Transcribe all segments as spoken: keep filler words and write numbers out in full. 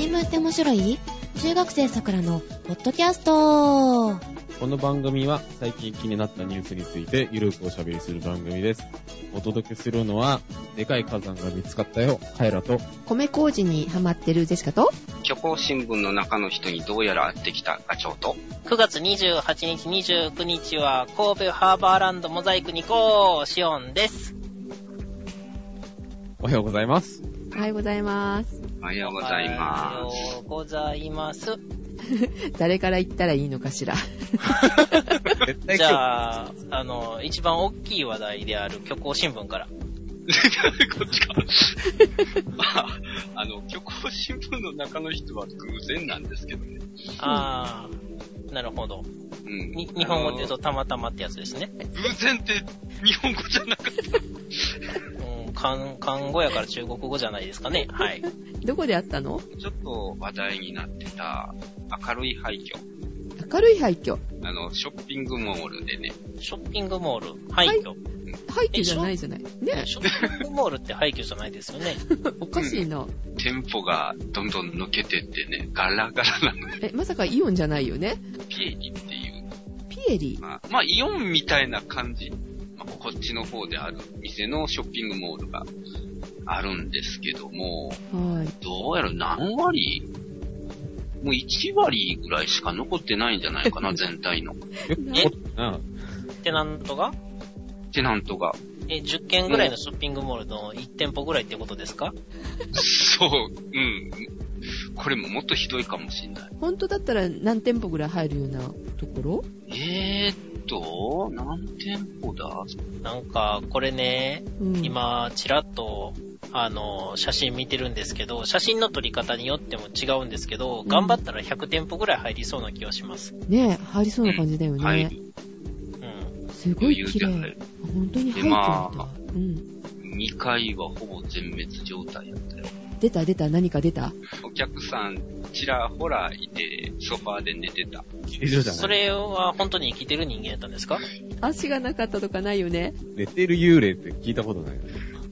新聞って面白い？中学生さくらのポッドキャスト。 この番組は最近気になったニュースについてゆるくおしゃべりする番組です。お届けするのはでかい火山が見つかったよカエラと米麹にハマってるジェシカと虚構新聞の中の人にどうやら会ってきたガチョウとくがつにじゅうはちにちにじゅうくにちは神戸ハーバーランドモザイクに行こうシオンです。 おはようございます。 おはようございます。 おはようございます。 おはようございます誰から言ったらいいのかしらじゃあ、あの、一番大きい話題である虚構新聞から。こっちか。あ、あの、虚構新聞の中の人は偶然なんですけどね。 ああ、なるほど。うん、に日本語で言うとたまたまってやつですね。 偶然って日本語じゃなかった。 うん、漢、漢語やから中国語じゃないですかね。はい。 どこであったの？ ちょっと話題になってた明るい廃墟。 明るい廃墟。 あの、ショッピングモールでね。 ショッピングモール、廃墟。はい、 廃墟じゃないじゃない。ね。 ショッピングモールって廃墟じゃないですよね。 おかしいな、うん。 店舗がどんどん抜けてってね、ガラガラなの。 え、まさかイオンじゃないよね。 ピエリっていう。 ピエリ？ まあ、まあ、イオンみたいな感じ。まあ、こっちの方である店のショッピングモールがあるんですけども、はい、どうやら何割もういちわりぐらいしか残ってないんじゃないかな、全体の。 えテナントがテナントが。 え、じゅっけんぐらいのショッピングモールのいち店舗ぐらいってことですか？ そう、うん。これももっとひどいかもしれない。 本当だったら何店舗ぐらい入るようなところ？ えーっと、何店舗だ？ なんか、これね、うん、今、ちらっと、あの、写真見てるんですけど、写真の撮り方によっても違うんですけど、うん、頑張ったらひゃく店舗ぐらい入りそうな気がします。 ねえ、入りそうな感じだよね。うん、入る。うん。すごい綺麗。本当に入ってみた。まあ、 うん。にかいはほぼ全滅状態だったよ。 出た出た、何か出た？ お客さん、ちらほらいて、ソファーで寝てた。 それは本当に生きてる人間やったんですか？ 足がなかったとかないよね。 寝てる幽霊って聞いたことないよね。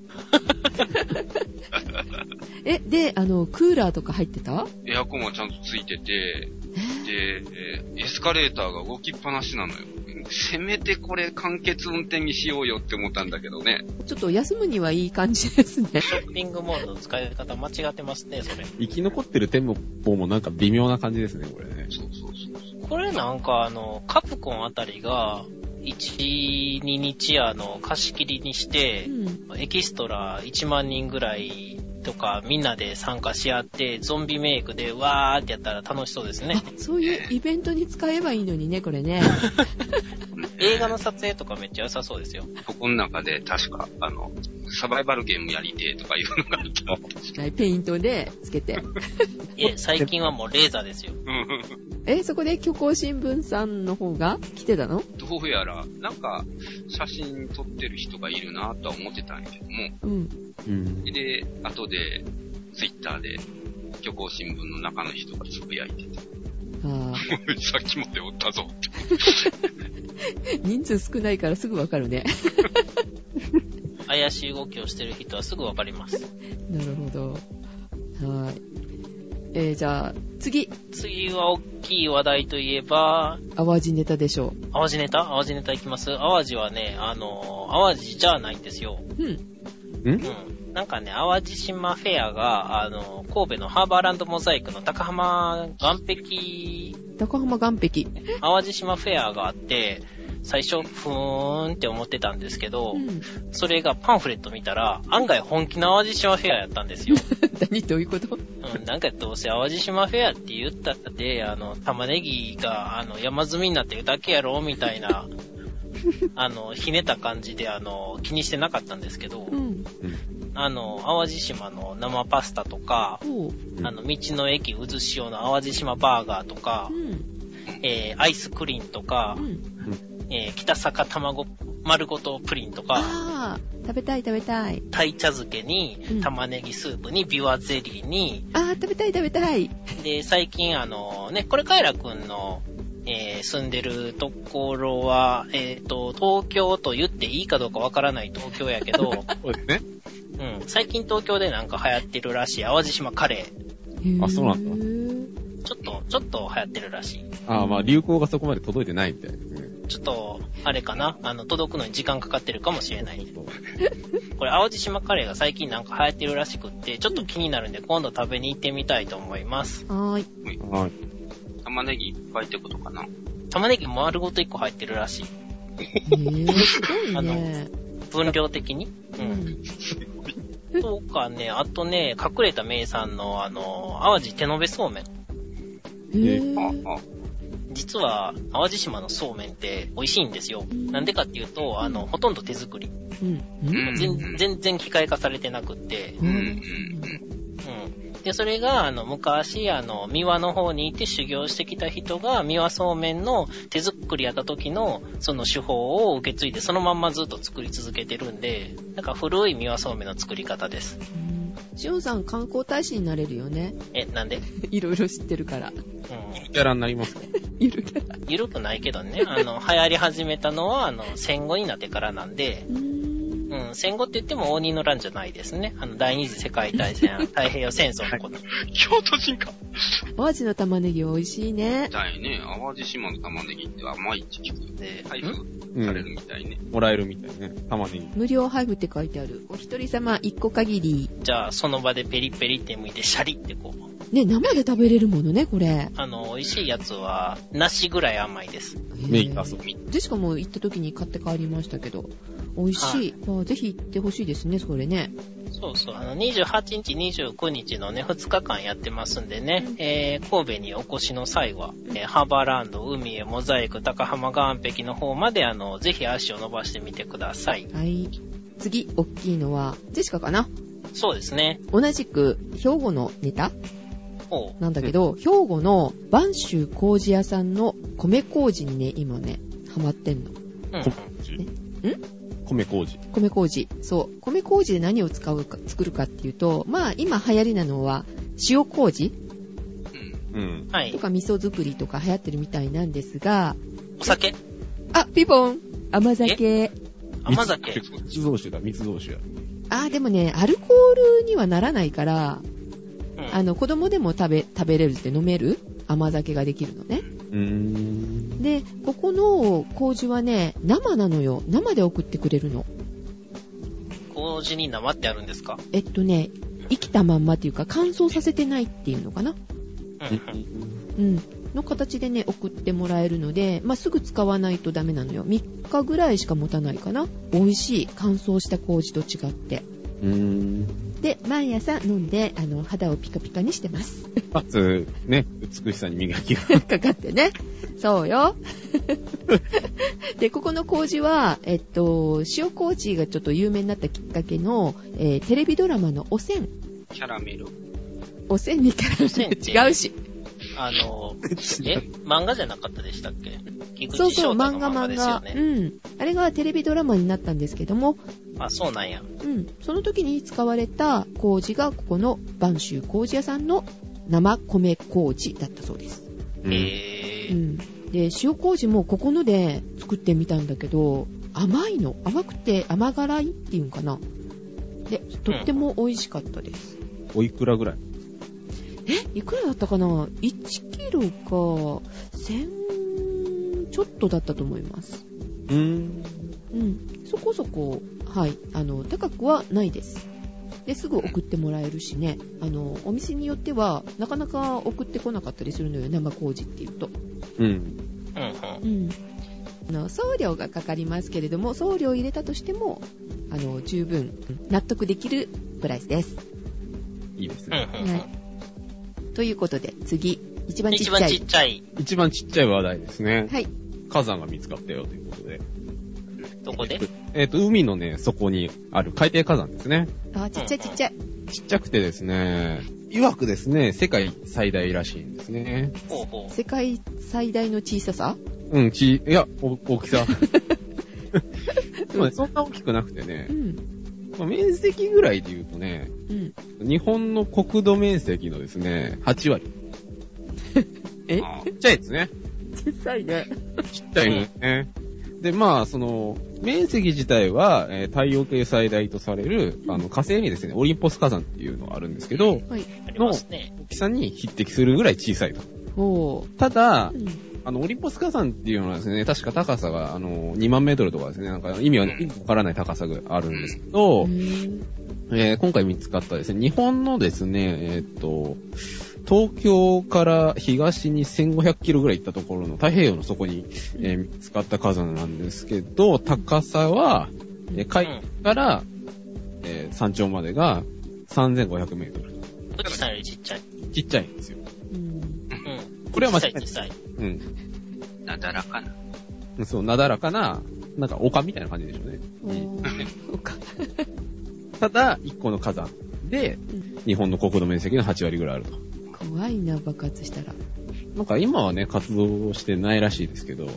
え、で、あの、クーラーとか入ってた？ エアコンはちゃんとついてて、で、エスカレーターが動きっぱなしなのよ。せめてこれ完結運転にしようよって思ったんだけどね。 ちょっと休むにはいい感じですね。 ショッピングモールの使い方間違ってますね、それ。 生き残ってる店舗もなんか微妙な感じですね、これね。 そうそうそうそう。 これなんかあの、カプコンあたりが、いち、ににちあの、貸し切りにして、うん、エキストラいちまんにんぐらいとかみんなで参加し合ってゾンビメイクでわーってやったら楽しそうですね。 そういうイベントに使えばいいのにね、これね。 映画の撮影とかめっちゃ良さそうですよ。 ここの中で確か、あの、サバイバルゲームやりてーとかいうのがあった。 はい、ペイントでつけて。 いえ、最近はもうレーザーですよ。 え、そこで虚構新聞さんの方が来てたの？ どうやら、なんか、写真撮ってる人がいるなとは思ってたんやけども。うん。で、後で、ツイッターで、虚構新聞の中の人がつぶやいてて。あさっきまでおったぞって。 人数少ないからすぐわかるね。 怪しい動きをしてる人はすぐわかります。 なるほど。はい。えー、じゃあ、次。 次は大きい話題といえば、 淡路ネタでしょう。 淡路ネタ淡路ネタいきます。淡路はね、あの、淡路じゃないんですよ。うん。んうん。なんかね、淡路島フェアが、あの、神戸のハーバーランドモザイクの高浜岸壁。 高浜岸壁。 淡路島フェアがあって、最初、ふーんって思ってたんですけど、うん、それがパンフレット見たら、案外本気の淡路島フェアやったんですよ。 何どういうこと？ うん、なんかどうせ淡路島フェアって言ったって、あの、玉ねぎが、あの、山積みになってるだけやろ、みたいな、あの、ひねった感じで、あの、気にしてなかったんですけど、うん、あの、淡路島の生パスタとか、うん、あの、道の駅うずしおの淡路島バーガーとか、うん、えー、アイスクリーンとか、うんえー、北坂卵丸ごとプリンとか、 あー、食べたい食べたい。 鯛茶漬けに、玉ねぎスープに、ビワゼリーに、 あー、食べたい食べたい。 で、最近あの、ね、これカエラくんの、えー、住んでるところは、えっと、東京と言っていいかどうかわからない東京やけど、 そうですね。 うん、最近東京でなんか流行ってるらしい淡路島カレー。 あ、そうなんだ。ちょっと、ちょっと流行ってるらしい。 ああ、まあ流行がそこまで届いてないみたいですね。 ちょっと、あれかな、あの、届くのに時間かかってるかもしれない。これ、淡路島カレーが最近なんか流行ってるらしくって、ちょっと気になるんで、今度食べに行ってみたいと思います。 はーい。 はい。 玉ねぎいっぱいってことかな。 玉ねぎ丸ごといっこ入ってるらしい。 へぇ、すごいね。 分量的にうん。とかね、あとね、隠れた名産の、あの、淡路手延べそうめん。 へぇ。 実は、淡路島のそうめんって美味しいんですよ。なんでかっていうと、あの、ほとんど手作り。 うん。 全全然機械化されてなくって。 うん。うん。 で、それが、あの、昔、あの、三輪の方にいて修行してきた人が、三輪そうめんの手作りやった時の、その手法を受け継いで、そのまんまずっと作り続けてるんで、なんか古い三輪そうめんの作り方です。 しおんさん、観光大使になれるよね。 え、なんで？ いろいろ知ってるから。うん。 ゆるキャラになりますか？ ゆるキャラ。 ゆるくないけどね、あの、流行り始めたのは、あの、戦後になってからなんで、うん、戦後って言っても応仁の乱じゃないですね。あの、第二次世界大戦、太平洋戦争のこと。 京都人か。 淡路の玉ねぎ美味しいね。 だいね。淡路島の玉ねぎって甘いって聞くんで、配布されるみたいね、 うん。もらえるみたいね。玉ねぎ。 無料配布って書いてある。お一人様一個限り。 じゃあ、その場でペリペリって剥いてシャリってこう。 ね、生で食べれるものね、これ。 あの、美味しいやつは、梨ぐらい甘いです。 メイン遊び。 ジェシカも行った時に買って帰りましたけど、美味しい。はい、ぜひ行ってほしいですね、それね。 そうそう。あの、にじゅうはちにち、にじゅうくにちのね、ふつかかんやってますんでね、えー、神戸にお越しの際は、えー、ハーバーランド、海へモザイク、高浜岸壁の方まで、あの、ぜひ足を伸ばしてみてください。 はい。次、大きいのは、ジェシカかな？ そうですね。 同じく、兵庫のネタなんだけど、うん、兵庫の播州麹屋さんの米麹にね、今ね、ハマってんの。うん。 ね、ん米麹。 米麹。そう。米麹で何を使うか、作るかっていうと、まあ、今流行りなのは、塩麹うん。 はい。とか味噌作りとか流行ってるみたいなんですが。 お酒？ あ、ピボン。甘酒。 甘酒。 密造酒だ、密造酒や。 あ、でもね、アルコールにはならないから、あの、子供でも食べ、食べれるって飲める甘酒ができるのね。 うーん。 で、ここの麹はね、生なのよ。生で送ってくれるの。 麹に生ってあるんですか？ えっとね、生きたまんまっていうか、乾燥させてないっていうのかな。うん。うん。の形でね、送ってもらえるので、まあ、すぐ使わないとダメなのよ。みっかぐらいしか持たないかな。美味しい。乾燥した麹と違って。 うーん。 で、毎朝飲んで、あの、肌をピカピカにしてます。 まず、ね、美しさに磨きがかかってね。そうよ。で、ここの麹は、えっと、塩麹がちょっと有名になったきっかけの、えー、テレビドラマのおせん。 キャラメル。 おせんにキャラメル違うし。 あの、え漫画じゃなかったでしたっけ？ そうそう、漫画漫画。うん。あれがテレビドラマになったんですけども。 あ、そうなんや。 うん。その時に使われた麹が、ここの播州麹屋さんの生米麹だったそうです。 へー。 うん。で、塩麹もここので作ってみたんだけど、甘いの。甘くて甘辛いっていうんかな。で、とっても美味しかったです。 うん、おいくらぐらい？ え、いくらだったかな ?いちキロか、せんちょっとだったと思います。 うーん。 うん。そこそこ、はい。あの、高くはないです。で、すぐ送ってもらえるしね。あの、お店によっては、なかなか送ってこなかったりするのよ。生麹っていうと。 うん。 うん。 うん。あの、送料がかかりますけれども、送料を入れたとしても、あの、十分納得できるプライスです。 いいですね。 うんうんうん、 はい。ということで、次、一番ちっちゃい。 一番ちっちゃい。 一番ちっちゃい話題ですね。 はい。 火山が見つかったよということで。 どこで？ えっと、海のね、底にある海底火山ですね。 あ、ちっちゃいちっちゃい。 ちっちゃくてですね、曰くですね、世界最大らしいんですね。 ほうほう。 世界最大の小ささ？ うん、ち、いや、大きさ。でもね、そんな大きくなくてね、 うんまあ、面積ぐらいで言うとね、 うん、 日本の国土面積のですね、はちわり。 え？ ちっちゃいですね。 小さいね。 ちっちゃいね。 で、まあ、その、面積自体は、えー、太陽系最大とされる、あの、火星にですね、オリンポス火山っていうのがあるんですけど、はい。の大きさに匹敵するぐらい小さいと。ほう。ただ、うん、あの、オリンポス火山っていうのはですね、確か高さが、あの、にまんメートルとかですね、なんか意味は、意味わからない高さがあるんですけど、えー、今回見つかったですね、日本のですね、えー、っと、東京から東にせんごひゃくキロぐらい行ったところの太平洋の底に、えー、見つかった火山なんですけど、高さは、えー、海から、えー、山頂までがさんぜんごひゃくメートル。 富士山よりちっちゃい。 ちっちゃいんですよ。 うん。 これは間違いない。 小さい。 うん。 なだらかな。 そう、なだらかな、なんか丘みたいな感じでしょうね。丘。ただ、一個の火山で、日本の国土面積のはちわりぐらいあると。 怖いな、爆発したら。 なんか今はね、活動してないらしいですけど、うん、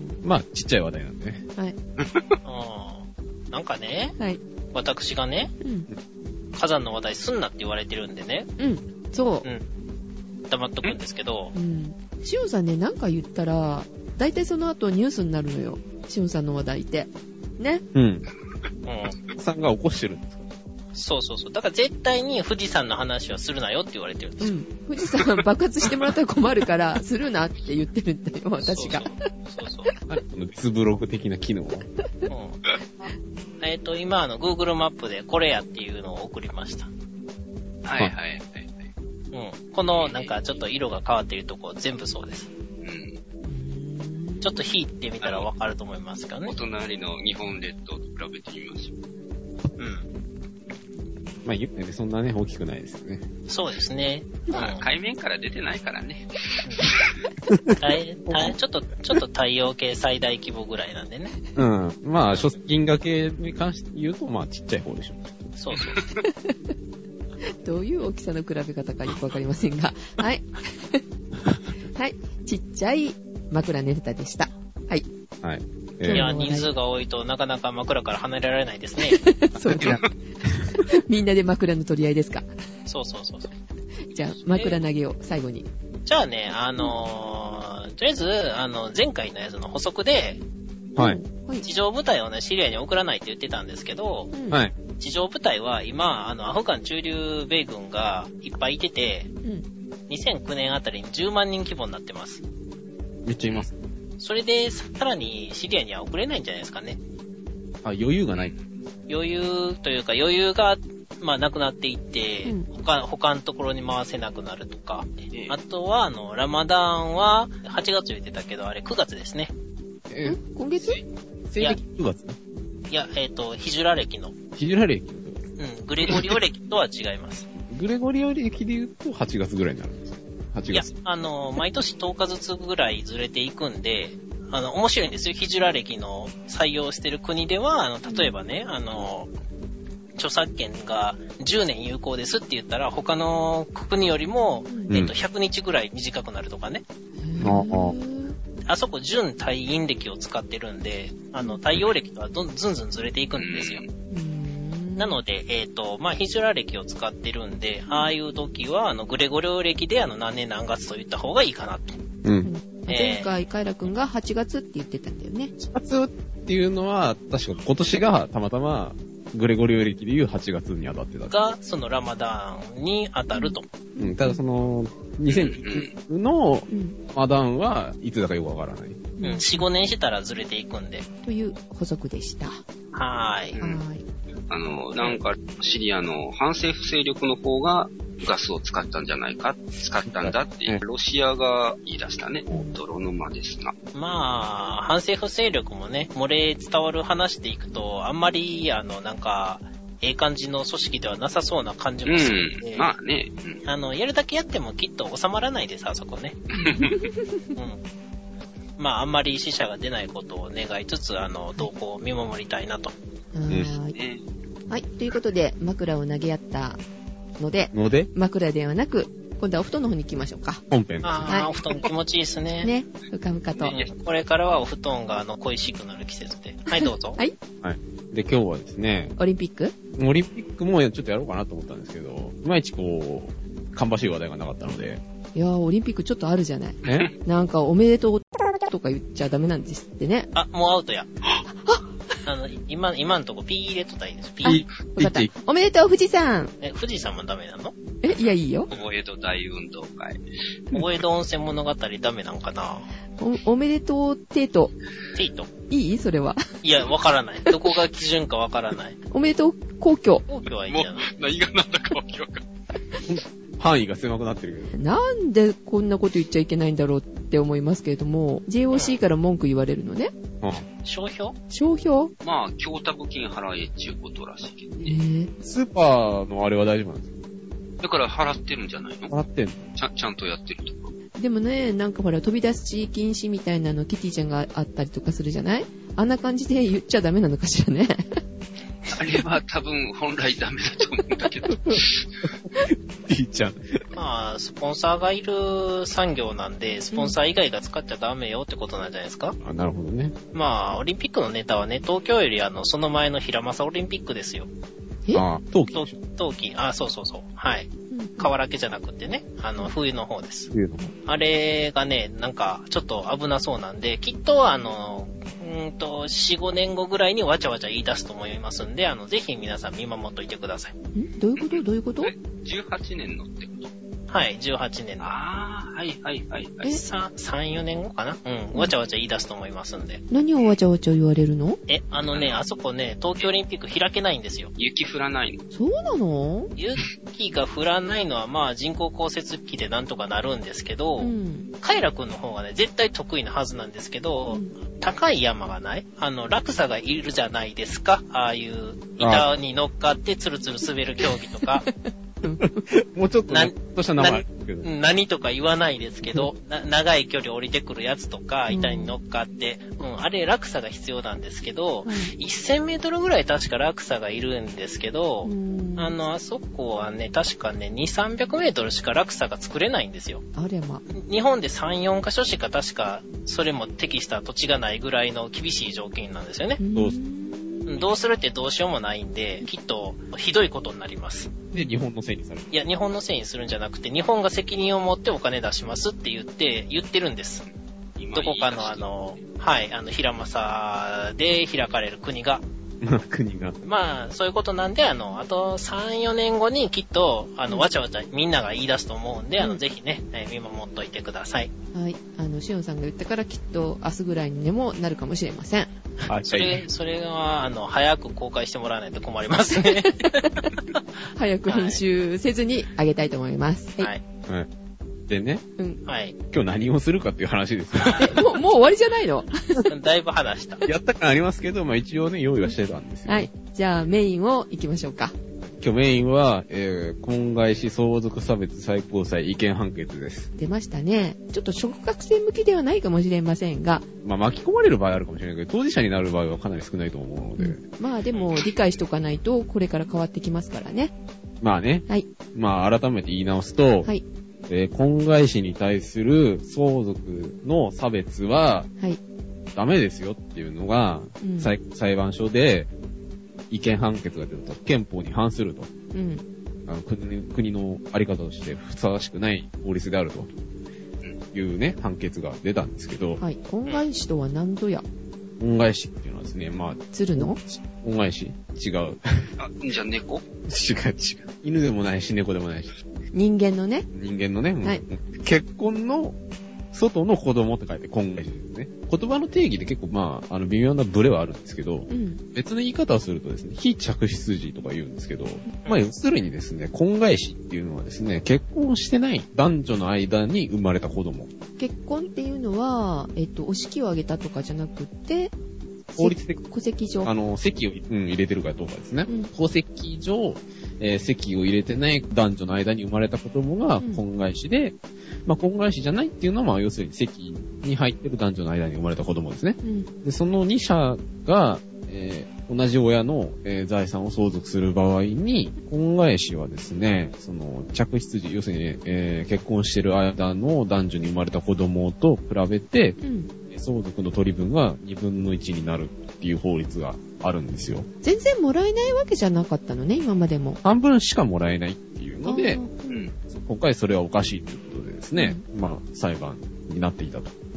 まあ、ちっちゃい話題なんでね。はい。 あなんかね、 はい、 私がね、うん、火山の話題すんなって言われてるんでね。 うん、そう。うん。 黙っとくんですけど。うん。 しおんさんね、なんか言ったら、だいたいその後ニュースになるのよ。しおんさんの話題って。ね。 うん。うん。さんが起こしてるんですか？ そうそうそう。だから絶対に富士山の話はするなよって言われてるんですよ。うん。 富士山爆発してもらったら困るから、するなって言ってるんだよ、私が。 そうそう。 はい、この別ブログ的な機能は。うん。 えっ、ー、と、今、あの、Google マップでこれやっていうのを送りました。 はいはいはい。 うん。この、なんかちょっと色が変わっているとこ全部そうです。うん。ちょっと引いてみたらわかると思いますからね。 お隣の日本列島と比べてみましょう。うん。 まあ、言ってね、そんなね、大きくないですよね。 そうですね。 まあ、海面から出てないからね。 うん、ちょっと、ちょっと太陽系最大規模ぐらいなんでね。 うん。まあ、銀河系に関して言うと、まあ、ちっちゃい方でしょ。 そうそう。 どういう大きさの比べ方かよくわかりませんが。はい。はい。ちっちゃい枕ネタでした。はい。 はい。 えー、いや、人数が多いとなかなか枕から離れられないですね。 そうだ。みんなで枕の取り合いですか。 そうそうそうそう。 じゃあ、枕投げを最後に。 じゃあね、あのー、とりあえず、あの、前回のやつの補足で、 はい。 地上部隊をね、シリアに送らないって言ってたんですけど、 はい。 地上部隊は今、あの、アフガン駐留米軍がいっぱいいてて、うん、にせんきゅうねんあたりにじゅうまんにん規模になってます。 めっちゃいます。 それで、さらにシリアには送れないんじゃないですかね。 あ、余裕がない。 余裕というか余裕が、まあ、なくなっていって、うん、他、他のところに回せなくなるとか。えー、あとは、あの、ラマダンははちがつ言ってたけど、あれくがつですね。 え、今月？ 西暦くがつ？ いや、えっ、ー、と、ヒジュラ歴の。 ヒジュラ歴？ うん、グレゴリオ歴とは違います。 グレゴリオ歴で言うとはちがつぐらいになるんですか？はちがつ。 いや、あの、毎年とおかずつぐらいずれていくんで、あの、面白いんですよ。ヒジュラ歴の採用してる国では、あの、例えばね、あの、著作権がじゅうねん有効ですって言ったら、他の国よりも、うん、えっと、ひゃくにちぐらい短くなるとかね。あそこ準太陰暦を使ってるんで、あの、太陽暦とはどんずんずんずれていくんですよ。なので、えっと、まあ、ヒジュラ暦を使ってるんで、ああいう時は、あの、グレゴリオ暦で、あの、何年何月と言った方がいいかなと。 うん。 前回、カイラくんがはちがつって言ってたんだよね。 はちがつっていうのは、確か今年がたまたま、グレゴリオ暦でいうはちがつに当たってた。 が、そのラマダンに当たると。 うん、ただその、にせんじゅうのラマダンはいつだかよくわからない。うん、 よん、ごねんしたらずれていくんで。 という補足でした。 はーい。 はーい。 あの、なんか、シリアの反政府勢力の方がガスを使ったんじゃないか、使ったんだって、ロシアが言い出したね。泥沼ですな。 まあ、反政府勢力もね、漏れ伝わる話でいくと、あんまり、あの、なんか、ええ感じの組織ではなさそうな感じもするんで、 うん、まあね、 うん、あの、やるだけやってもきっと収まらないです、あそこね。うん。まあ、あんまり死者が出ないことを願いつつ、あの、動向を見守りたいなと。 はい。はい。ということで、枕を投げ合ったので、 ので枕ではなく、今度はお布団の方に行きましょうか。 本編。 ああ、はい、お布団気持ちいいですね。 ね。ふかふかと。 これからはお布団が、あの、恋しくなる季節で。はい、どうぞ。 はい。 はい。で、今日はですね、 オリンピックオリンピックもちょっとやろうかなと思ったんですけど、いまいちこう、芳しい話題がなかったので。 いやー、オリンピックちょっとあるじゃない。 えなんか、おめでとう。 とか言っちゃダメなんですってね。 あ、もうアウトや。 ああの、今、今んとこ P 入れとったらいいです。P。 わかった。おめでとう、富士山。 え、富士山もダメなの？ え、いや、いいよ。 大江戸大運動会。 大江戸温泉物語ダメなんかな？ お、おめでとう、テート。 テイト。 いい？それは。 いや、わからない。どこが基準かわからない。 おめでとう、皇居。 皇居はいいんじゃない？ もう、何がなんだかわけわかんない。 範囲が狭くなってるけど。 なんでこんなこと言っちゃいけないんだろうって思いますけれども、ジェイオーシー から文句言われるのね。 うん。 商標？ 商標？ まあ、供託金払えっちゅうことらしいけどね。 えー、 スーパーのあれは大丈夫なんですか？ だから払ってるんじゃないの？ 払ってんの？ ちゃ、ちゃんとやってるとか。 でもね、なんかほら、飛び出し禁止みたいなのキティちゃんがあったりとかするじゃない？あんな感じで言っちゃダメなのかしらね。 あれは多分本来ダメだと思うんだけど。 いいちゃん。 まあ、スポンサーがいる産業なんで、スポンサー以外が使っちゃダメよってことなんじゃないですか？ あ、なるほどね。 まあ、オリンピックのネタはね、東京よりあの、その前の平正オリンピックですよ。 え？ あ、冬季。 冬冬季、あ、そうそうそう。はい。川原家じゃなくてね、あの、冬の方です。 冬の方。 あれがね、なんか、ちょっと危なそうなんで、きっとあの、うーんと、よん、ごねんごぐらいにわちゃわちゃ言い出すと思いますんで、あの、ぜひ皆さん見守っといてください。 ん？どういうことどういうこと？ え、じゅうはちねんのってこと？ はい、じゅうはちねんの。 ああ、はいはいはいはい。 さん、よねんごかな？うん、わちゃわちゃ言い出すと思いますんで。 何をわちゃわちゃ言われるの？ え、あのね、あそこね、東京オリンピック開けないんですよ。 雪降らないの？ そうなの？ 雪が降らないのはまあ人工降雪機でなんとかなるんですけど、うん、カイラくんの方がね、絶対得意なはずなんですけど、うん、高い山がない？あの、落差がいるじゃないですか。ああいう板に乗っかってツルツル滑る競技とか。 もうちょっとね、とした名前何とか言わないですけど、な長い距離降りてくるやつとか、板に乗っかって、うん、あれ落差が必要なんですけど、うん、せんメートルぐらい確か落差がいるんですけど、うん、あの、あそこはね、確かね、にせんさんびゃくメートルしか落差が作れないんですよ。 あれま。 日本でさん、よんカ所しか確か、それも適した土地がないぐらいの厳しい条件なんですよね。 どうどうするってどうしようもないんで、きっとひどいことになります。 で、日本のせいにされる。 いや、日本のせいにするんじゃなくて、日本が責任を持ってお金出しますって言って、言ってるんです。どこかのあの、はい、あの、平正で開かれる国が。 国が。 まあ、そういうことなんで、あの、あとさん、よねんごにきっと、あの、わちゃわちゃみんなが言い出すと思うんで、うん、あの、ぜひね、えー、見守っといてください。 はい。あの、しおんさんが言ったからきっと明日ぐらいにでもなるかもしれません。 あ、それ、それは、あの、早く公開してもらわないと困りますね。 早く編集せずにあげたいと思います。 はい。 はい。でね、 うん、 はい。 今日何をするかっていう話ですよ。 え、もう、もう終わりじゃないの？ だいぶ話した。 やった感ありますけど、まあ一応ね、用意はしてたんですよ。 はい。じゃあメインを行きましょうか。 今日メインは、えー、婚外子相続差別最高裁違憲判決です。 出ましたね。ちょっと小学生向きではないかもしれませんが。 まあ巻き込まれる場合あるかもしれないけど、当事者になる場合はかなり少ないと思うので。うん、 まあでも理解しとかないと、これから変わってきますからね。 まあね。 はい。 まあ改めて言い直すと、 はい。 えー、婚外子に対する相続の差別は、はい。ダメですよっていうのが、うん、裁, 裁判所で違憲判決が出たと。憲法に反すると。うん。あの 国, 国のあり方としてふさわしくない法律であるというね、判決が出たんですけど。 はい。婚外子とは何ぞや？ 婚外子っていうのはですね、まあ。 鶴の？ 婚外子？違う。 あ、じゃあ猫？ 違う違う。犬でもないし、猫でもないし。 人間のね。 人間のね。 はい。 結婚の外の子供って書いて婚外子ですね。言葉の定義で結構まあ、あの微妙なブレはあるんですけど、うん、別の言い方をするとですね、非嫡出児とか言うんですけど、まあ要するにですね、婚外子っていうのはですね、結婚してない男女の間に生まれた子供。 結婚っていうのは、えっと、お式を挙げたとかじゃなくて、 法律的。 戸籍上。 あの、籍を、うん、入れてるかどうかですね。うん、戸籍上、えー、籍を入れてない男女の間に生まれた子供が婚外子で、うん、まあ、婚外子じゃないっていうのは、まあ、要するに籍に入ってる男女の間に生まれた子供ですね。うん、で、そのに者が、えー、同じ親の、えー、財産を相続する場合に、婚外子はですね、その、嫡出児、要するに、えー、結婚してる間の男女に生まれた子供と比べて、うん、相続の取り分がにぶんのいちになるっていう法律があるんですよ。 全然もらえないわけじゃなかったのね、今までも。 半分しかもらえないっていうので、うん、今回それはおかしいということでですね、うん、まあ、裁判になっていたと。 うん、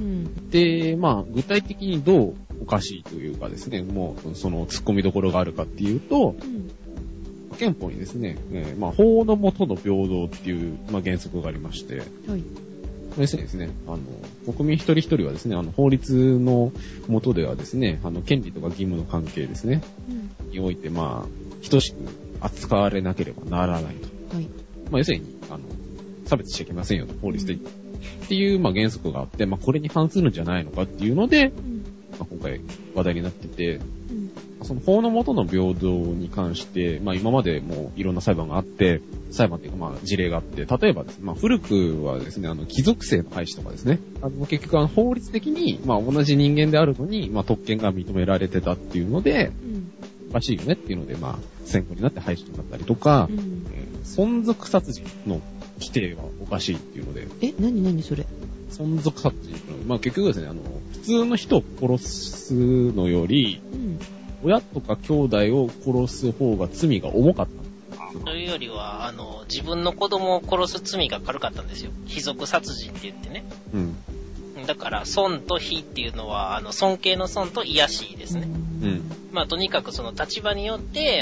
で、まあ、具体的にどうおかしいというかですね、もう、その突っ込みどころがあるかっていうと、うん、憲法にですね、えー、まあ、法の下の平等っていう、まあ、原則がありまして、はい。要するにですね、あの、国民一人一人はですね、あの、法律の下ではですね、あの、権利とか義務の関係ですね、うん、において、まあ、等しく扱われなければならないと。はい。まあ、要するに、あの、差別しちゃいけませんよと、法律で。うん、っていう、まあ、原則があって、まあ、これに反するんじゃないのかっていうので、うん、まあ、今回話題になってて、その法の下の平等に関して、まあ今までもいろんな裁判があって、裁判っていうかまあ事例があって、例えばですね、まあ古くはですね、あの貴族性の廃止とかですね、あの結局あの法律的にまあ同じ人間であるのに、まあ特権が認められてたっていうので、うん、おかしいよねっていうので、まあ戦後になって廃止となったりとか、うん、えー、存続殺人の規定はおかしいっていうので。 え、なになにそれ？ 存続殺人。まあ結局ですね、あの、普通の人を殺すのより、うん、親とか兄弟を殺す方が罪が重かった。 というよりは、あの、自分の子供を殺す罪が軽かったんですよ。卑属殺人って言ってね。うん。だから、尊と卑っていうのは、あの、尊敬の尊と卑しいですね。うん。まあ、とにかくその立場によって、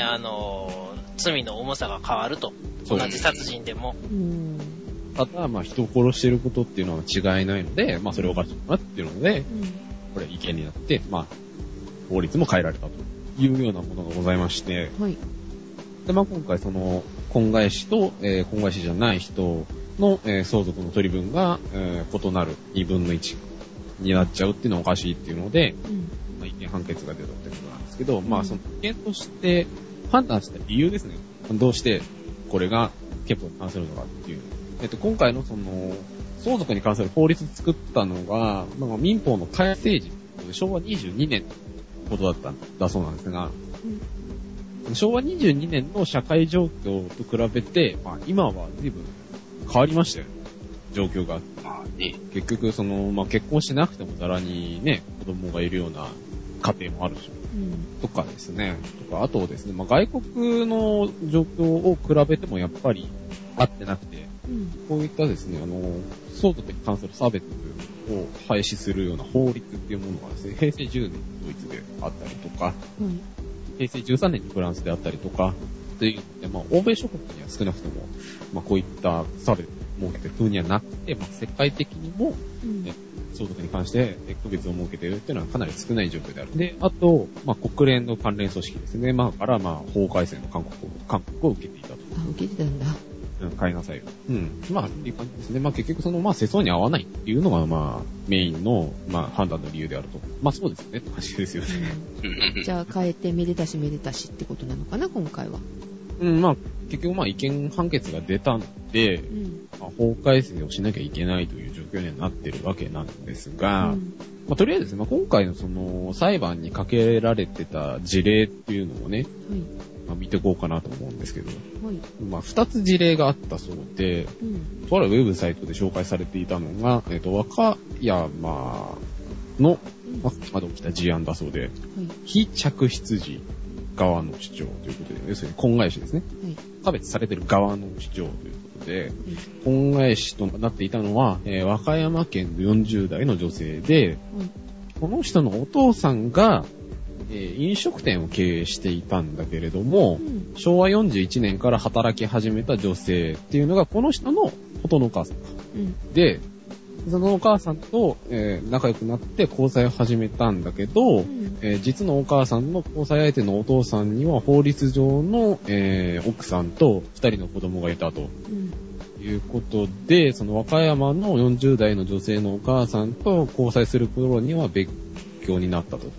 あの、罪の重さが変わると。同じ殺人でも。うん。 ただ、まあ、人を殺していることっていうのは違いないので、まあ、それおかしいなっていうので、うん、これ意見になって、まあ、法律も変えられたというようなものがございまして、はい。で、まあ、今回その、婚外子と、えー、婚外子じゃない人の、えー、相続の取り分が、えー、異なるにぶんのいちになっちゃうっていうのはおかしいっていうので、うん、まあ、意見判決が出たってことなんですけど、うん、まあ、その意見として判断した理由ですね。どうしてこれが憲法に関するのかっていう。えっと、今回のその、相続に関する法律を作ったのが、まあ、民法の改正時、しょうわにじゅうにねんのことだったんだそうなんですが、うん、しょうわにじゅうにねんの社会状況と比べて、まあ、今は随分変わりましたよ。状況が。まあね、結局、その、まあ、結婚しなくてもざらにね、子供がいるような家庭もあるし、うん、とかですね。とか、あとですね、まあ、外国の状況を比べてもやっぱり合ってなくて、うん、こういったですね、あの、相続に関する差別を廃止するような法律っていうものがですね、へいせいじゅうねんにドイツであったりとか、うん、へいせいじゅうさんねんにフランスであったりとか、というので、まあ、欧米諸国には少なくとも、まあ、こういった差別を設けてる風にはなくて、まあ、世界的にも、うん、相続に関して区別を設けているっていうのはかなり少ない状況である。で、あと、まあ、国連の関連組織ですね。まあ、から、まあ、法改正の勧告を、勧告を受けていたと。 あ、受けてたんだ。 うん、変えなさいよ。うん。まあ、っていう感じですね。まあ、結局その、まあ、世相に合わないっていうのが、まあ、メインの、まあ、判断の理由であると。まあ、そうですね。って感じですよね。 うん、じゃあ、変えてめでたしめでたしってことなのかな、今回は。 うん、まあ、結局まあ、意見判決が出たんで、うん、まあ、法改正をしなきゃいけないという状況にはなってるわけなんですが、うん、まあ、とりあえずですね、まあ、今回のその、裁判にかけられてた事例っていうのをね、はい、まあ、見ていこうかなと思うんですけど、はい、まあ、二つ事例があったそうで、うん、とあるウェブサイトで紹介されていたのが、えっと、和歌山の、和歌山で起きた事案だそうで、はい、非嫡出児側の主張ということで、要するに婚外子ですね。はい、差別されてる側の主張ということで、はい、婚外子となっていたのは、えー、和歌山県のよんじゅうだいの女性で、はい、この人のお父さんが、えー、飲食店を経営していたんだけれども、うん、しょうわよんじゅういちねんから働き始めた女性っていうのがこの人の元のお母さん、うん、で、そのお母さんと、えー、仲良くなって交際を始めたんだけど、うん、えー、実のお母さんの交際相手のお父さんには法律上の、えー、奥さんと二人の子供がいたと、うん、いうことで、その和歌山のよんじゅうだいの女性のお母さんと交際する頃には別居になったと。うん、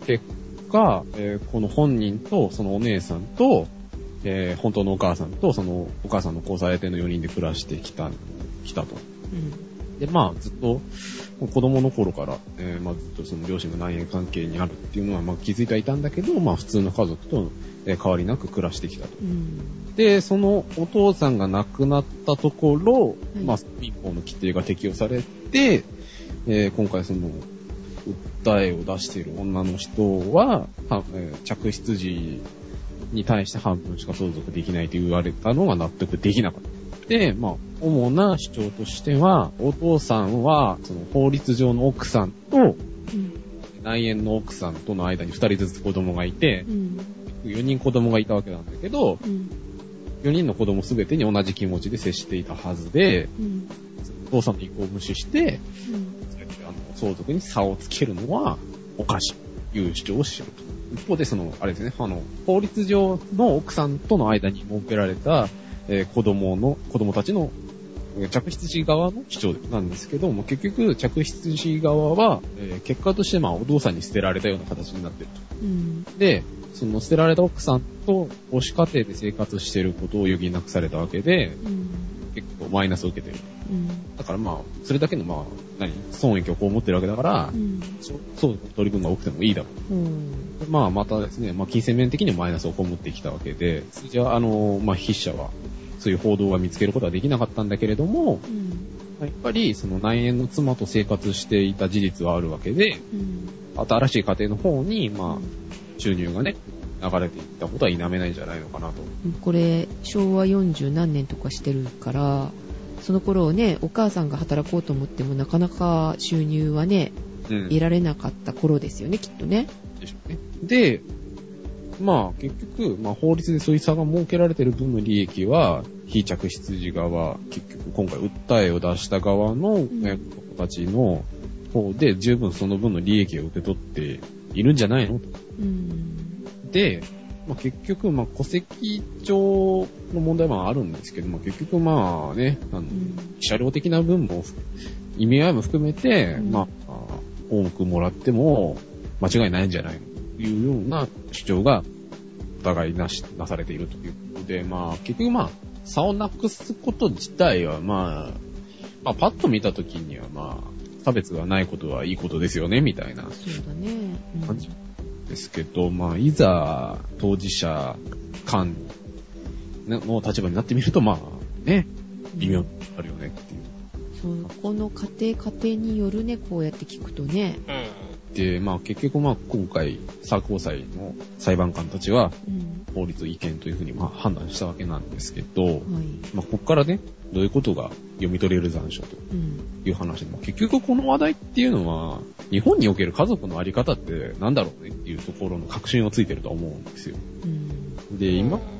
結果、えー、この本人とそのお姉さんと、えー、本当のお母さんとそのお母さんの交際相手のよにんで暮らしてきた、きたと。うんで、まあ、ずっと、子供の頃から、えー、まあ、ずっとその両親が内縁関係にあるっていうのは、まあ、気づいてはいたんだけど、まあ、普通の家族と、えー、変わりなく暮らしてきたと。うん、で、そのお父さんが亡くなったところ、はい、まあ、民法の規定が適用されて、えー、今回その、訴えを出している女の人は、えー、嫡出児に対して半分しか相続できないと言われたのが納得できなかった。で、まあ、 主な主張としては、お父さんは、その法律上の奥さんと、うん、内縁の奥さんとの間にふたりずつ子供がいて、うん、よにん子供がいたわけなんだけど、うん、よにんの子供すべてに同じ気持ちで接していたはずで、うん、お父さんの意向を無視して、うん、あの相続に差をつけるのはおかしいという主張をしていると。一方で、その、あれですね、あの、法律上の奥さんとの間に設けられた、えー、子供の、子供たちの嫡出子側の主張なんですけども、結局、嫡出子側は、えー、結果として、まあ、お父さんに捨てられたような形になっていると。うん、で、その捨てられた奥さんと母子家庭で生活していることを余儀なくされたわけで、うん、結構マイナスを受けている。うん、だからまあ、それだけのまあ、何、損益をこう持ってるわけだから、うん、そう、取り分が多くてもいいだろう。うん、まあ、またですね、まあ、金銭面的にもマイナスを被ってきたわけで、じゃあ、あの、まあ、筆者は、そういう報道は見つけることはできなかったんだけれども、うん、やっぱりその内縁の妻と生活していた事実はあるわけで、うん、新しい家庭の方に、まあ、収入がね、流れていったことは否めないんじゃないのかなと。 これ、昭和よんじゅう何年とかしてるから、その頃ね、お母さんが働こうと思ってもなかなか収入はね、うん、得られなかった頃ですよね、きっとね。 でしょうね。で、まあ結局、まあ法律でそういう差が設けられている分の利益は、非嫡出児側、結局今回訴えを出した側の子たちの方で十分その分の利益を受け取っているんじゃないのと。うん、で、まあ、結局、まあ戸籍上の問題もあるんですけども、結局まあね、あの、うん、車両的な分も、意味合いも含めて、うん、まあ、多くもらっても間違いないんじゃないのというような主張がお互いなし、なされているということで、まあ結局まあ、差をなくすこと自体はまあ、まあパッと見たときにはまあ、差別がないことはいいことですよね、みたいな感じですけど、うん、まあいざ当事者間の立場になってみるとまあね、微妙になるよねっていう。 そう、この家庭家庭によるね、こうやって聞くとね。 うん、で、まあ結局まあ今回、最高裁の裁判官たちは、法律違憲というふうにまあ判断したわけなんですけど、はい、まあここからね、どういうことが読み取れる残暑という話で、うん、結局この話題っていうのは、日本における家族のあり方ってなんだろうねっていうところの確信をついてると思うんですよ。うん、で、今って、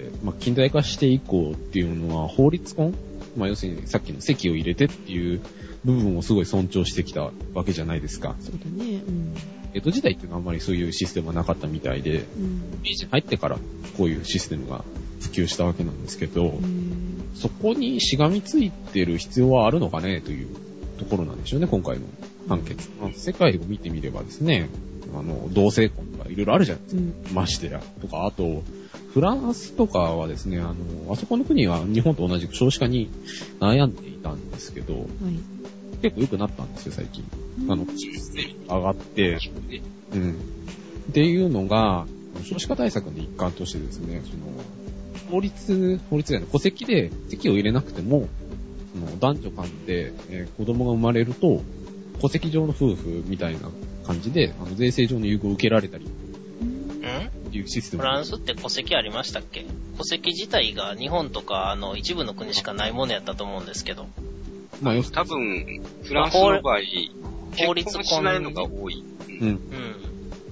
まあ近代化して以降っていうのは法律婚、まあ要するにさっきの籍を入れてっていう部分をすごい尊重してきたわけじゃないですか。 そうだね。うん、 江戸時代っていうのはあんまりそういうシステムはなかったみたいで、うん、明治入ってからこういうシステムが普及したわけなんですけど、うん、そこにしがみついてる必要はあるのかねというところなんでしょうね、今回の判決。うん、世界を見てみればですね、あの、同性婚とかいろいろあるじゃないですか。うん、ましてや。とか、あと、フランスとかはですね、あの、あそこの国は日本と同じく少子化に悩んでいたんですけど、はい、結構良くなったんですよ、最近。うん、あの、上がって、うん。っていうのが、少子化対策の一環としてですね、その、法律、法律じゃない、戸籍で籍を入れなくても、その男女間で、えー、子供が生まれると、戸籍上の夫婦みたいな感じで、あの税制上の優遇を受けられたり、っていうシステム。 フランスって戸籍ありましたっけ？戸籍自体が日本とか、あの、一部の国しかないものやったと思うんですけど。 まあ、多分、フランスの場合、法律婚しないのが多い。 うん。うん。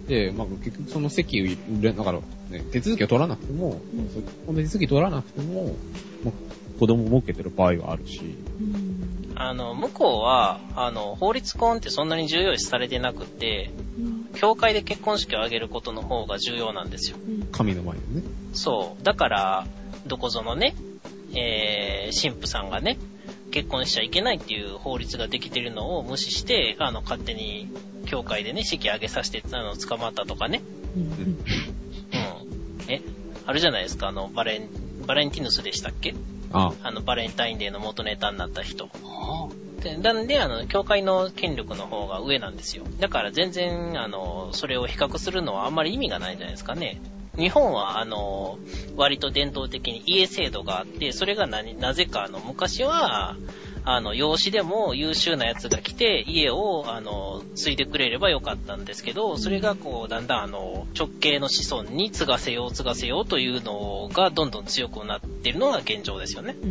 で、まあ、結局その籍を入れ、だから、ね、手続きを取らなくても、うん、その手続き取らなくても、まあ、子供を設けてる場合はあるし。うん、あの、向こうは、あの、法律婚ってそんなに重要視されてなくて、うん、教会で結婚式を挙げることの方が重要なんですよ。 神の前でね。 そう。だから、どこぞのね、えー、神父さんがね、結婚しちゃいけないっていう法律ができてるのを無視して、あの、勝手に、教会でね、式挙げさせて、あの、捕まったとかね。うん。うん。え、あるじゃないですか、あの、バレン、バレンティヌスでしたっけ？ああ。あの、バレンタインデーの元ネタになった人。ああ。で、なんで、あの、教会の権力の方が上なんですよ。だから全然、あの、それを比較するのはあんまり意味がないんじゃないですかね。日本は、あの、割と伝統的に家制度があって、それが何、なぜか、あの、昔は、 あの、養子でも優秀なやつが来て、家を、あの、継いでくれればよかったんですけど、それがこう、だんだんあの、直系の子孫に継がせよう、継がせようというのが、どんどん強くなっているのが現状ですよね。うん、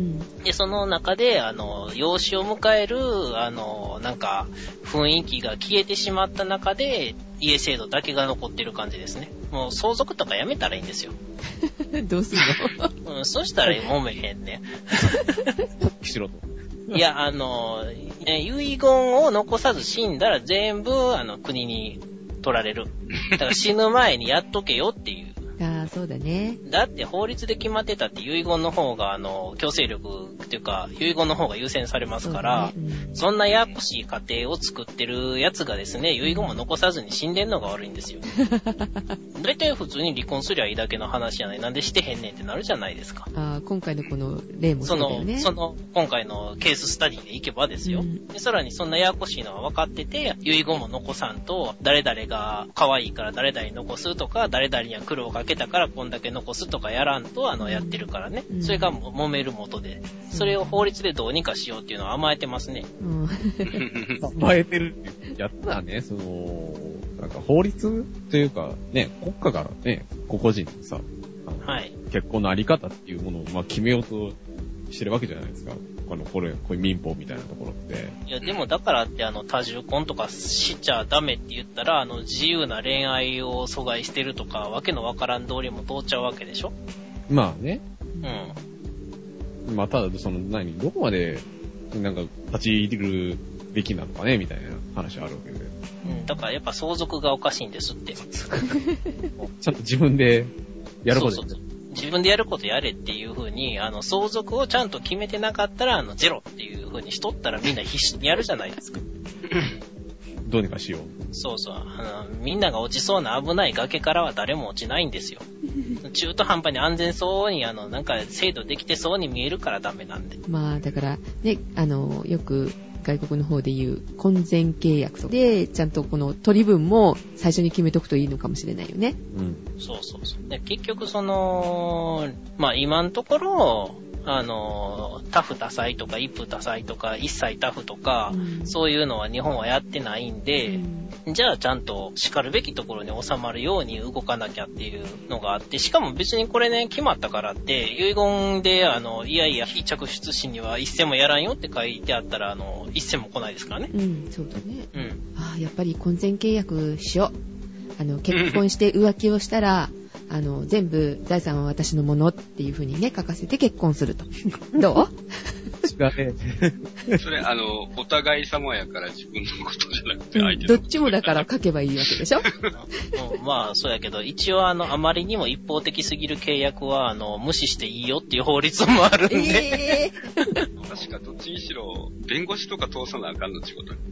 で、その中で、あの、養子を迎える、あの、なんか、雰囲気が消えてしまった中で、家制度だけが残ってる感じですね。もう相続とかやめたらいいんですよ。 どうすんのうん、そしたら揉めへんね。 しろと。 いや、あの、遺言を残さず死んだら全部、あの、国に取られる。だから死ぬ前にやっとけよっていう。 ああ、そうだね。 だって法律で決まってたって遺言の方が、あの、強制力っていうか、遺言の方が優先されますから、そ,、ねうん、そんなややこしい家庭を作ってるやつがですね、遺言も残さずに死んでんのが悪いんですよ。だいたい普通に離婚すりゃいいだけの話じゃない。なんでしてへんねんってなるじゃないですか。 ああ、今回のこの例もそうだよね。 その、その、今回のケーススタディでいけばですよ。うん、でさらにそんなややこしいのは分かってて、遺言も残さんと、誰々が可愛いから誰々に残すとか、誰々には苦労をかけたからこんだけ残すとかやらんと、あの、やってるからね。うん、それが揉める元で。それを法律でどうにかしようっていうのは甘えてますね。うん、 甘えてるってやったらね、その、なんか法律というか、ね、国家がね、個々人のさ、 はい、 結婚のあり方っていうものを、まあ、決めようとしてるわけじゃないですか。この、これ、こういう民法みたいなところって。 いや、でもだからって、あの、多重婚とかしちゃダメって言ったら、あの、自由な恋愛を阻害してるとか、わけのわからん通りも通っちゃうわけでしょ？ まあね。 うん。 まあ、ただ、その、何、どこまで、なんか、立ち入るべきなのかね、みたいな話あるわけで。 うん、だからやっぱ相続がおかしいんですって。ちゃんと自分でやることそうそう自分でやることやれっていう風に、あの、相続をちゃんと決めてなかったら、あの、ゼロっていう風にしとったらみんな必死にやるじゃないですか。 どうにかしよう。 そうそう。あの、みんなが落ちそうな危ない崖からは誰も落ちないんですよ。中途半端に安全そうに、あの、なんか制度できてそうに見えるからダメなんで。 まあ、だから、ね、あの、よく、外国の方でいう婚前契約で、ちゃんとこの取り分も最初に決めとくといいのかもしれないよね。 うん。そうそうそう。で結局その、まあ今のところ、あの、タフ多妻とか一夫多妻とか一妻多夫とか、うん、そういうのは日本はやってないんで、うん、じゃあちゃんと叱るべきところに収まるように動かなきゃっていうのがあって、しかも別にこれね、決まったからって、遺言で、あの、いやいや、非嫡出子には一銭もやらんよって書いてあったら、あの、一銭も来ないですからね。 うん、そうだね。 うん。 ああ、やっぱり婚前契約しよう。あの、結婚して浮気をしたら、あの、全部財産は私のものっていう風にね、書かせて結婚すると。どう？ 違うね。それ、あの、お互い様やから自分のことじゃなくて相手のこと、 うん、どっちもだから書けばいいわけでしょ？ うん、まあ、そうやけど、一応あの、あまりにも一方的すぎる契約は、あの、無視していいよっていう法律もあるんで。 えー、 確かどっちにしろ、弁護士とか通さなあかんの仕事。うん。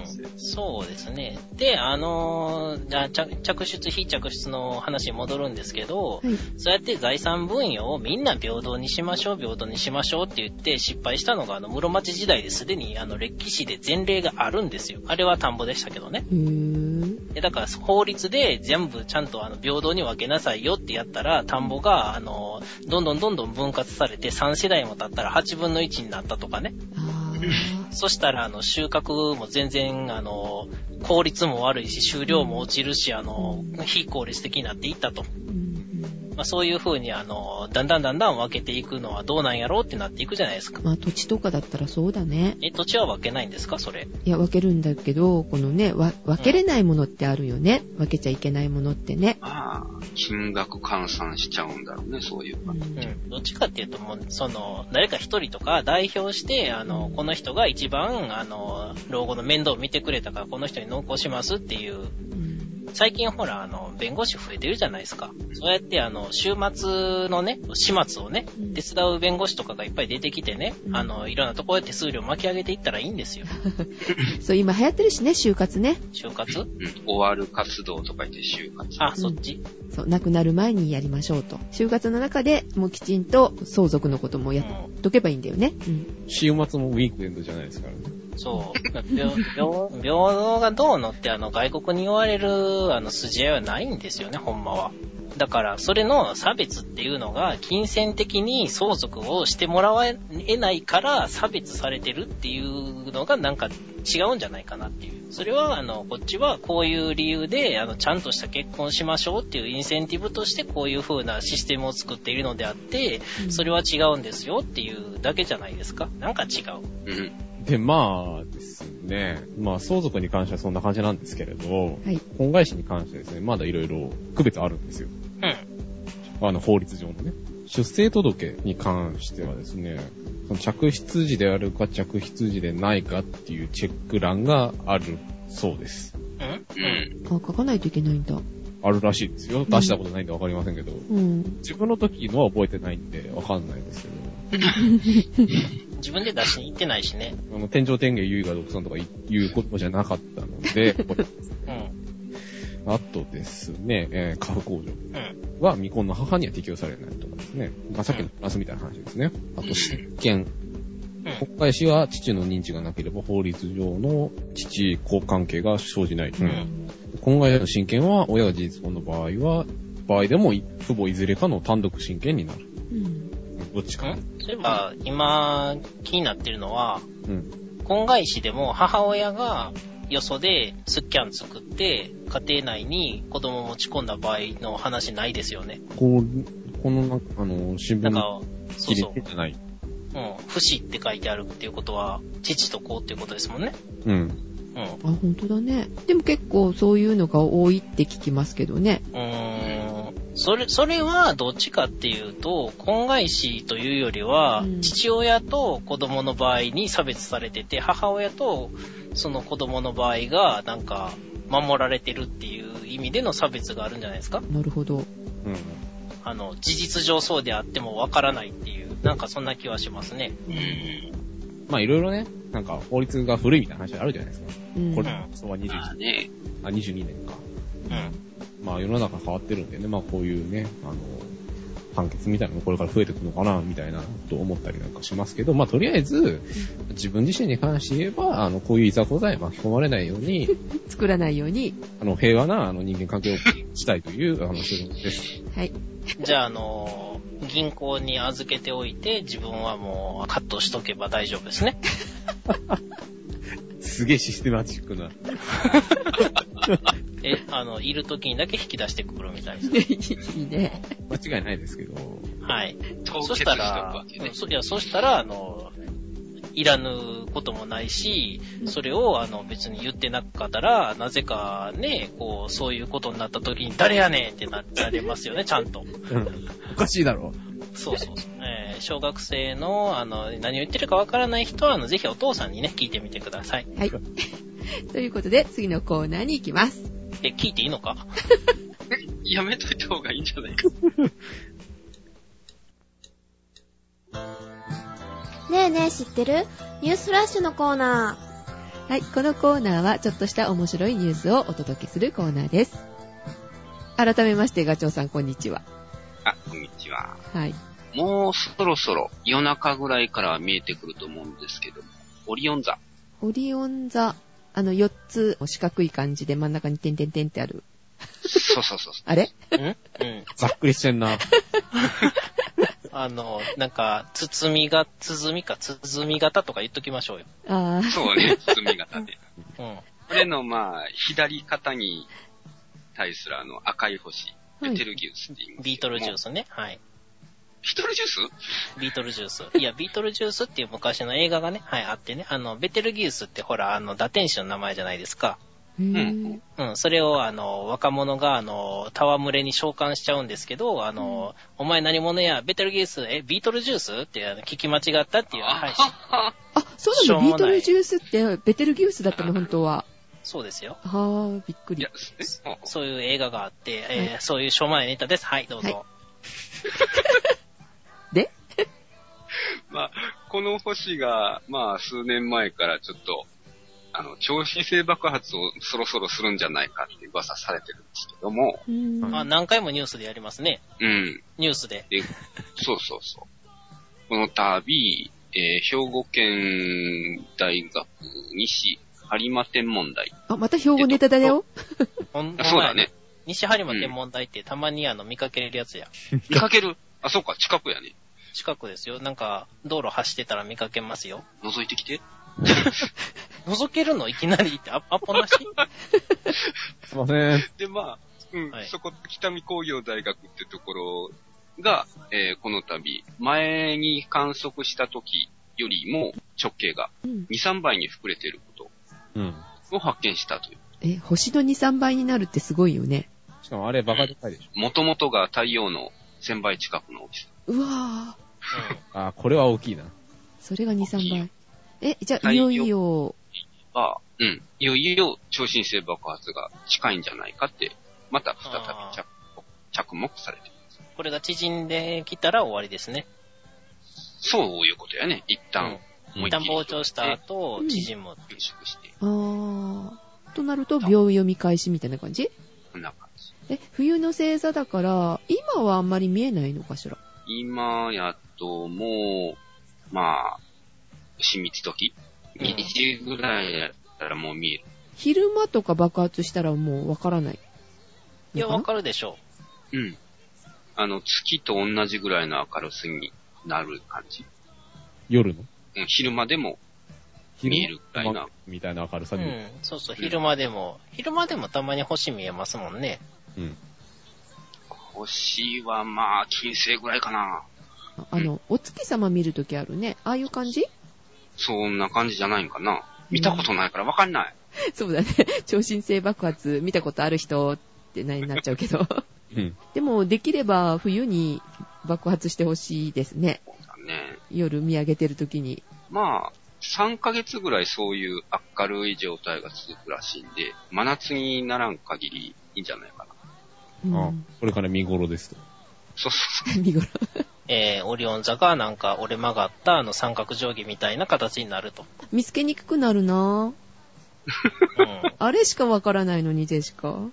そうですね。で、あのー、じゃあ、着出、非着出の話に戻るんですけど、はい、そうやって財産分与をみんな平等にしましょう、平等にしましょうって言って失敗したのが、あの、室町時代ですでに、あの、歴史で前例があるんですよ。あれは田んぼでしたけどね。 うーん。 で、だから、法律で全部ちゃんと、あの、平等に分けなさいよってやったら、田んぼが、あの、どんどんどんどん分割されて、さん世代も経ったらはちぶんのいちになったとかね。そしたら、あの、収穫も全然、あの、効率も悪いし、収量も落ちるし、あの、非効率的になっていったと。まあ、そういう風に、あの、だんだんだんだん分けていくのはどうなんやろうってなっていくじゃないですか。 まあ、土地とかだったらそうだね。 え、土地は分けないんですか、それ。 いや、分けるんだけど、このね、わ分けれないものってあるよね。うん、分けちゃいけないものってね。 ああ、金額換算しちゃうんだろうね、そういう感じ。 うん。どっちかっていうと、もう、その、誰か一人とか代表して、あの、この人が一番、あの、老後の面倒を見てくれたから、この人に残しますっていう、最近ほら、あの、弁護士増えてるじゃないですか。そうやって、あの、週末のね、始末をね、手伝う弁護士とかがいっぱい出てきてね、うん、あの、いろんなところで手数料巻き上げていったらいいんですよ。 そう、今流行ってるしね、就活ね。 就活？うん。 終わる活動とか言って就活。 あ、そっち、 うん、そう、亡くなる前にやりましょうと。就活の中でもうきちんと相続のこともやっとけばいいんだよね。うん。 週末もウィークエンドじゃないですからね。 そう。平、平、平等がどうのってあの外国に言われるあの筋合いはないんですよね、ほんまは。だから、それの差別っていうのが、金銭的に相続をしてもらえないから差別されてるっていうのがなんか違うんじゃないかなっていう。それは、あの、こっちはこういう理由で、あの、ちゃんとした結婚しましょうっていうインセンティブとしてこういう風なシステムを作っているのであって、それは違うんですよっていうだけじゃないですか。なんか違う。 うん。で、まあですね、まあ相続に関してはそんな感じなんですけれど、はい、婚外子に関してはですね、まだいろいろ区別あるんですよ。うん。あの、法律上のね。出生届に関してはですね、その嫡出時であるか嫡出時でないかっていうチェック欄があるそうです。 うん、あ、書かないといけないんだ。 あるらしいですよ。出したことないんでわかりませんけど、うん、自分の時のは覚えてないんでわかんないですけど。 自分で出しに行ってないしね。 あの、天上天下優位が独尊とかいうことじゃなかったので、うん、あとですね、えー、家父控除は未婚の母には適用されないとかですね。まあ、さっきのプラスみたいな話ですね。あと、親権。婚外子は父の認知がなければ法律上の父子関係が生じない。うん、婚外子の親権は親が事実婚の場合は、場合でも父母いずれかの単独親権になる。うん、どっちか。 そういえば、今気になってるのは、うん、婚外子でも母親がよそでスッキャン作って家庭内に子供を持ち込んだ場合の話ないですよね。 こう、この、あの、新聞に切り出てない。 うん。不死って書いてあるっていうことは、父と子っていうことですもんね。 うん。うん。あ、本当だね。でも結構そういうのが多いって聞きますけどね。 うーん。それ、それはどっちかっていうと、婚外子というよりは、うん、父親と子供の場合に差別されてて、母親とその子供の場合がなんか守られてるっていう意味での差別があるんじゃないですか？ なるほど。うん。 あの、事実上そうであってもわからないっていう、なんかそんな気はしますね。うん。 まあいろいろね、なんか法律が古いみたいな話あるじゃないですか。うん。これ、そうはにじゅういちねん。あ、にじゅうにねんか。うん。まあ世の中変わってるんでね、まあこういうね、あの、判決みたいなのもこれから増えてくるのかな、みたいなと思ったりなんかしますけど、まあとりあえず、自分自身に関して言えば、あの、こういういざこざへ巻き込まれないように、 作らないように、 あの、平和な、あの、人間関係をしたいという、あの、所存です。 はい。 じゃあ、あの、銀行に預けておいて、自分はもうカットしとけば大丈夫ですね。 すげえシステマチックな。 え、あの、いる時にだけ引き出してくるみたいな。 いいね。 間違いないですけど。 はい。そしたら、そいや、そしたら、あの、いらぬこともないし、それを、あの、別に言ってなかったら、なぜかね、こう、そういうことになった時に、誰やねんってなっちゃいますよね、ちゃんと。 うん。おかしいだろ。 そうそうそう。えー、小学生の、あの、何を言ってるかわからない人は、あの、ぜひお父さんにね、聞いてみてください。 はい。ということで、次のコーナーに行きます。 え、聞いていいのか？ やめといた方がいいんじゃないか。 ねえねえ知ってる？ニュースフラッシュのコーナー。はい、このコーナーはちょっとした面白いニュースをお届けするコーナーです。改めましてガチョウさんこんにちは。 あ、こんにちは。 はい。 もうそろそろ夜中ぐらいから見えてくると思うんですけども、オリオン座。 オリオン座。あのよっつ四角い感じで真ん中に点々点ってある。 そうそうそう。 あれ？ うんうん。 ざっくりしてんな。 あの、なんか、包みが、鼓みか、鼓み型とか言っときましょうよ。 ああ。 そうね、包み型で。うん。これの、まあ、左肩に対するあの赤い星、ベテルギウスって言います、 はい。ビートルジュースね。はい。 ビートルジュース？ ビートルジュース。いや、ビートルジュースっていう昔の映画がね、はい、あってね。あの、ベテルギウスってほら、あの、打天使の名前じゃないですか。うん。うん。それを、あの、若者が、あの、戯れに召喚しちゃうんですけど、あの、うん、お前何者や、ベテルギウス、え、ビートルジュースってあの聞き間違ったっていう配信。 あ、そうなの？ビートルジュースって、ベテルギウスだったの、本当は。 そうですよ。 はあ、びっくり。 そういう映画があって、えーはい、そういうしょうもないネタです。はい、どうぞ。はいでまあ、この星が、まあ、数年前からちょっと、あの、超新星爆発をそろそろするんじゃないかって噂されてるんですけども。 あ、何回もニュースでやりますね。 うん。 ニュースで。 でそうそうそう。この度、 えー、兵庫県大学西播磨天文台。 あ、また兵庫ネタだよ。 そうだね。 西播磨天文台ってたまにあの見かけれるやつや。 見かける？あ、そうか、近くやね。 近くですよ。なんか、道路走ってたら見かけますよ。 覗いてきて。 覗けるのいきなりって、あ、アポなしすいません。 で、まあ、うん、 はい、 そこ、北見工業大学ってところが、えー、この度、前に観測した時よりも直径がに、さんばいに膨れていることを発見したという。 うん、え、星のに、さんばいになるってすごいよね。 しかもあれバカでかいでしょ。 もともとが太陽のせんばい近くの大きさ。 うわぁ。あ、これは大きいな。 それがに、さんばい。え、じゃあいよいよ。 あ、うん。いよいよ超新星爆発が近いんじゃないかって、また再び着着目されています。 これが縮んできたら終わりですね。 そういうことやね。一旦。 うん、一旦膨張した後、縮む。 凝縮して。 あー。となると、秒読み開始みたいな感じ？ こんな感じ。 え、冬の星座だから、今はあんまり見えないのかしら？ 今やっと、もう、まあ、牛蜜時、うん、にじぐらいやったらもう見える。 昼間とか爆発したらもうわからない。 いや、わかるでしょう。うん。あの、月と同じぐらいの明るさになる感じ。 夜の？ うん、昼間でも見えるぐらいな。 みたいな明るさに。 うん、そうそう、昼間でも、うん、昼間でもたまに星見えますもんね。 うん。 星はまあ、金星ぐらいかな。 あの、うん、お月様見るときあるね。ああいう感じ？ そんな感じじゃないんかな。見たことないからわかんない。 そうだね。超新星爆発見たことある人って何になっちゃうけど。うん、でも、できれば冬に爆発してほしいですね。 そうだね。 夜見上げてるときに。 まあ、さんかげつぐらいそういう明るい状態が続くらしいんで、真夏にならん限りいいんじゃないかな。 うん、あ、これから見頃ですと。 そうそうそう。 見頃。 えー、オリオン座がなんか折れ曲がったあの三角定規みたいな形になると。 見つけにくくなるなぁ。うん、あれしかわからないのにジェシカ。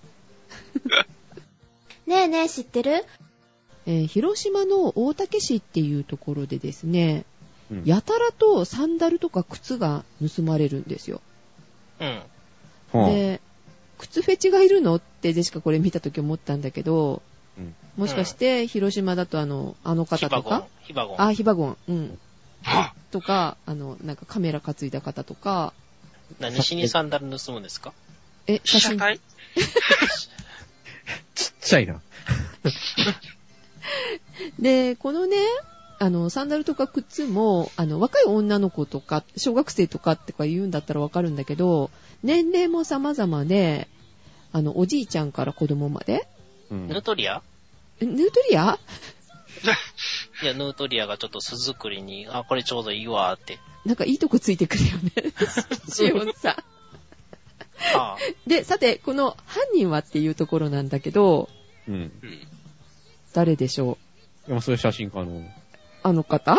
ねえねえ知ってる？ えー、広島の大竹市っていうところでですね、うん、やたらとサンダルとか靴が盗まれるんですよ。 うん。 で、靴フェチがいるのってジェシカこれ見たとき思ったんだけど、うん、もしかして広島だとあのあの方とか、 ヒバゴン、 あ、ヒバゴン、うん、とかあのなんかカメラ担いだ方とか、 何しにサンダル盗むんですか？ え、写真。 ちっちゃいな。 で、このね、あのサンダルとか靴もあの若い女の子とか小学生とかってか言うんだったらわかるんだけど、年齢も様々で、あのおじいちゃんから子供まで。 うん、ヌートリア？ ヌートリア？ いや、ヌートリアがちょっと巣作りに、あ、これちょうどいいわーって。 なんかいいとこついてくるよね。シオンさん。ああで、さて、この犯人はっていうところなんだけど、うん、誰でしょう？いや、そういう写真家の。 あの方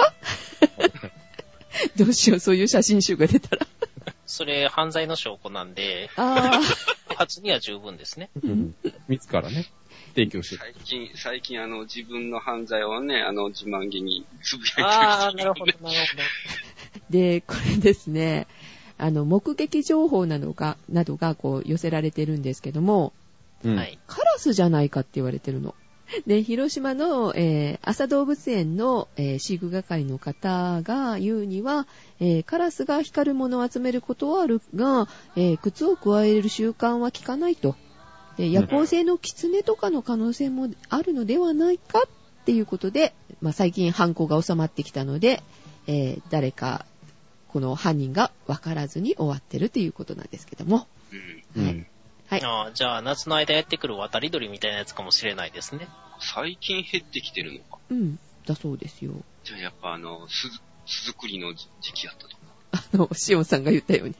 どうしよう、そういう写真集が出たら。 それ、犯罪の証拠なんで、 あ初には十分ですね。 うん。自らね、提供して。 最近、最近、あの、自分の犯罪をね、あの、自慢げにつぶやいてる。 ああ、なるほど、なるほど。 で、これですね、あの、目撃情報などが、などが、こう、寄せられてるんですけども、 うん、 カラスじゃないかって言われてるの。で、広島の、えー、朝動物園の、えー、飼育係の方が言うには、えー、カラスが光るものを集めることはあるが、えー、靴を加える習慣は効かないと。で、夜行性のキツネとかの可能性もあるのではないかっていうことで、まあ、最近犯行が収まってきたので、えー、誰か、この犯人が分からずに終わってるということなんですけども。 うん。はい。 はい、 ああ、じゃあ夏の間やってくる渡り鳥みたいなやつかもしれないですね。 最近減ってきてるのか。 うん、だそうですよ。 じゃあやっぱあの、巣、巣作りの時期やったとか。 あの、シオンさんが言ったように。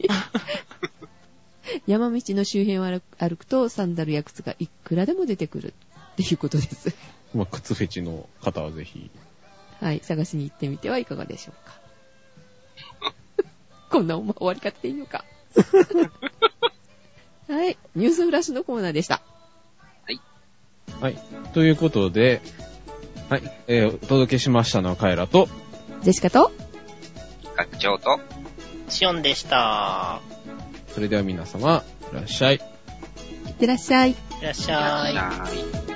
山道の周辺を歩く、歩くとサンダルや靴がいくらでも出てくるっていうことです。 まあ、靴フェチの方はぜひ。 はい、探しに行ってみてはいかがでしょうか。こんな終わり方でいいのか。はい。ニュースフラッシュのコーナーでした。 はい。 はい。ということで、はい。えー、お届けしましたのはカエラと、 ジェシカと、 ガチョウと、 シオンでした。 それでは皆様、いらっしゃい。いってらっしゃい。いらっしゃい。 いってらっしゃい。